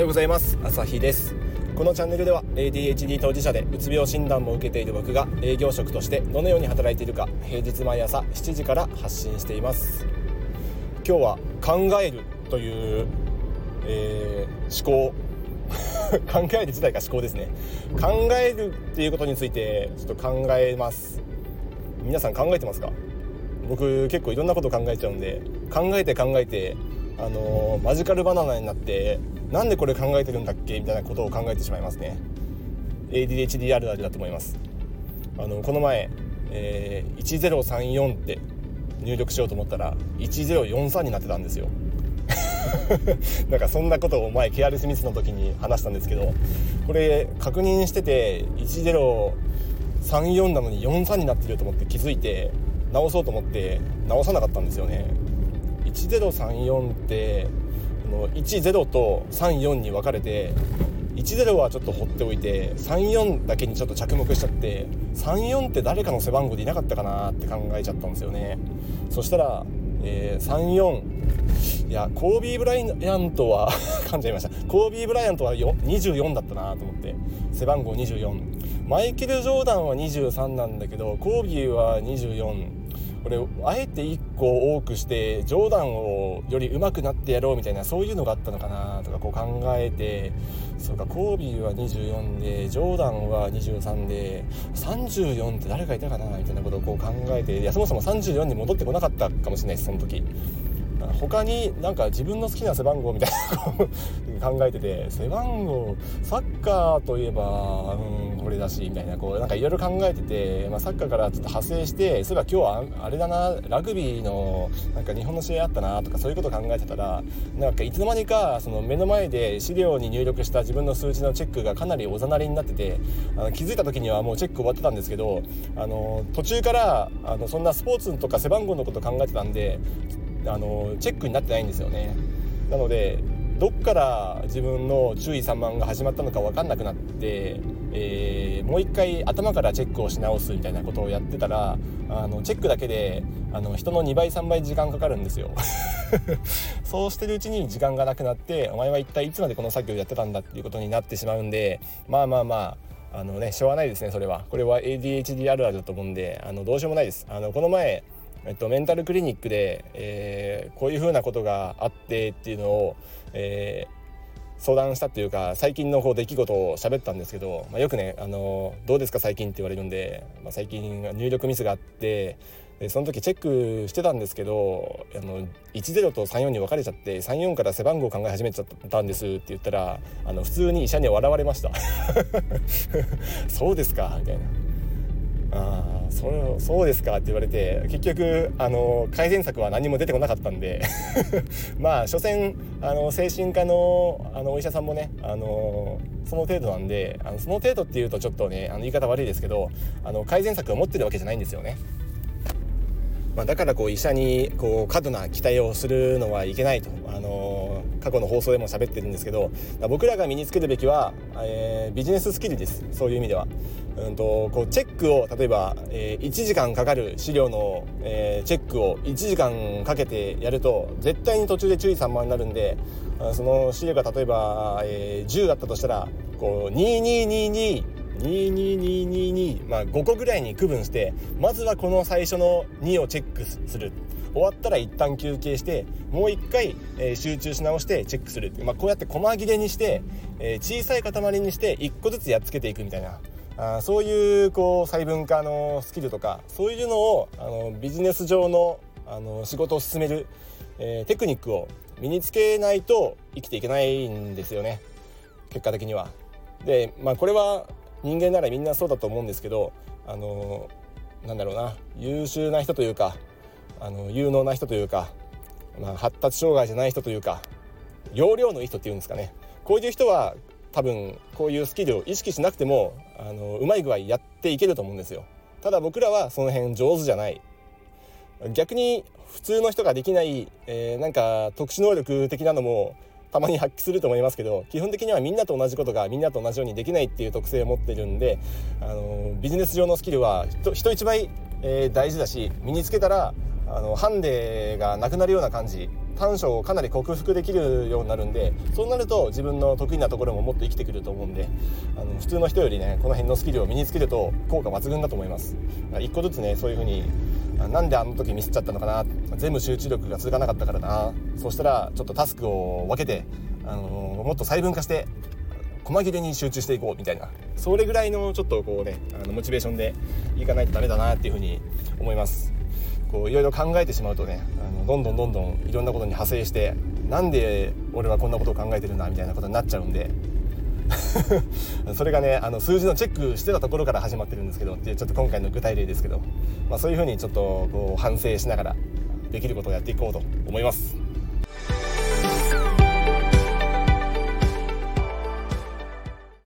ようございます。朝日です。このチャンネルでは ADHD 当事者でうつ病診断も受けている僕が営業職としてどのように働いているか平日毎朝7時から発信しています。今日は考えるという、思考考える自体が思考ですね。考えるっていうことについてちょっと考えます。皆さん考えてますか？僕結構いろんなこと考えちゃうんで、考えてマジカルバナナになってなんでこれ考えてるんだっけみたいなことを考えてしまいますね。 ADHD あるあるだと思います。この前、1034って入力しようと思ったら1043になってたんですよなんかそんなことを前ケアレスミスの時に話したんですけど、これ確認してて1034なのに43になってると思って気づいて直そうと思って直さなかったんですよね。1034って10と34に分かれて、10はちょっと放っておいて34だけにちょっと着目しちゃって、34って誰かの背番号でいなかったかなって考えちゃったんですよね。そしたら、34、いやコービー・ブライアントは噛んじゃいました。コービー・ブライアントは24だったなと思って、背番号24。マイケル・ジョーダンは23なんだけどコービーは24。これあえて1個多くしてジョーダンをより上手くなってやろうみたいな、そういうのがあったのかなとかこう考えて、そうかコービーは24でジョーダンは23で34って誰かいたかなみたいなことをこう考えて、いやそもそも34に戻ってこなかったかもしれないです。その時他になんか自分の好きな背番号みたいな考えてて、背番号サッカーといえばこれだしみたいな、こうなんかいろいろ考えてて、サッカーからちょっと派生して、そういえば今日はあれだな、ラグビーのなんか日本の試合あったなとかそういうことを考えてたら、なんかいつの間にかその目の前で資料に入力した自分の数値のチェックがかなりおざなりになってて、気づいた時にはもうチェック終わってたんですけど、途中からそんなスポーツとか背番号のこと考えてたんでチェックになってないんですよね。なのでどっから自分の注意散漫が始まったのか分かんなくなって、もう一回頭からチェックをし直すみたいなことをやってたら、チェックだけで人の2倍3倍時間かかるんですよそうしてるうちに時間がなくなって、お前は一体いつまでこの作業やってたんだっていうことになってしまうんで、しょうがないですね。これは ADHD あるあるだと思うんでどうしようもないです。この前メンタルクリニックで、こういう風なことがあってっていうのを、相談したっていうか、最近の出来事を喋ったんですけど、よくねどうですか最近って言われるんで、最近入力ミスがあって、その時チェックしてたんですけど10と34に分かれちゃって34から背番号を考え始めちゃったんですって言ったら普通に医者に笑われましたそうですかみたいな。そうですかって言われて、結局改善策は何も出てこなかったんで所詮精神科のお医者さんもねその程度なんで、その程度っていうとちょっとね言い方悪いですけど改善策を持ってるわけじゃないんですよね。だから医者に過度な期待をするのはいけないと過去の放送でも喋ってるんですけど、僕らが身につけるべきは、ビジネススキルです。そういう意味ではチェックを例えば、1時間かかる資料の、チェックを1時間かけてやると絶対に途中で注意散漫になるんで、その資料が例えば、10だったとしたら2222 22222 5個ぐらいに区分して、まずはこの最初の2をチェックする。終わったら一旦休憩してもう一回、集中し直してチェックする。こうやって細切れにして、小さい塊にして1個ずつやっつけていくみたいな、そういう細分化のスキルとか、そういうのをビジネス上の仕事を進める、テクニックを身につけないと生きていけないんですよね、結果的には。で、これは人間ならみんなそうだと思うんですけど、優秀な人というか有能な人というか、発達障害じゃない人というか、容量のいい人っていうんですかね。こういう人は多分こういうスキルを意識しなくてもうまい具合やっていけると思うんですよ。ただ僕らはその辺上手じゃない。逆に普通の人ができない、特殊能力的なのもたまに発揮すると思いますけど、基本的にはみんなと同じことがみんなと同じようにできないっていう特性を持っているんで、ビジネス上のスキルは人一倍、大事だし、身につけたらハンデがなくなるような感じ、短所をかなり克服できるようになるんで、そうなると自分の得意なところももっと生きてくると思うんで、普通の人よりねこの辺のスキルを身につけると効果抜群だと思います。一個ずつねそういう風に、なんであの時ミスっちゃったのかな、全部集中力が続かなかったからな、そしたらちょっとタスクを分けて、もっと細分化して細切れに集中していこうみたいな、それぐらいのちょっとこうねモチベーションでいかないとダメだなっていう風に思います。こういろいろ考えてしまうとねどんどんいろんなことに派生して、なんで俺はこんなことを考えてるんだみたいなことになっちゃうんでそれがね数字のチェックしてたところから始まってるんですけどっていう、ちょっと今回の具体例ですけど、そういう風にちょっとこう反省しながらできることをやっていこうと思います。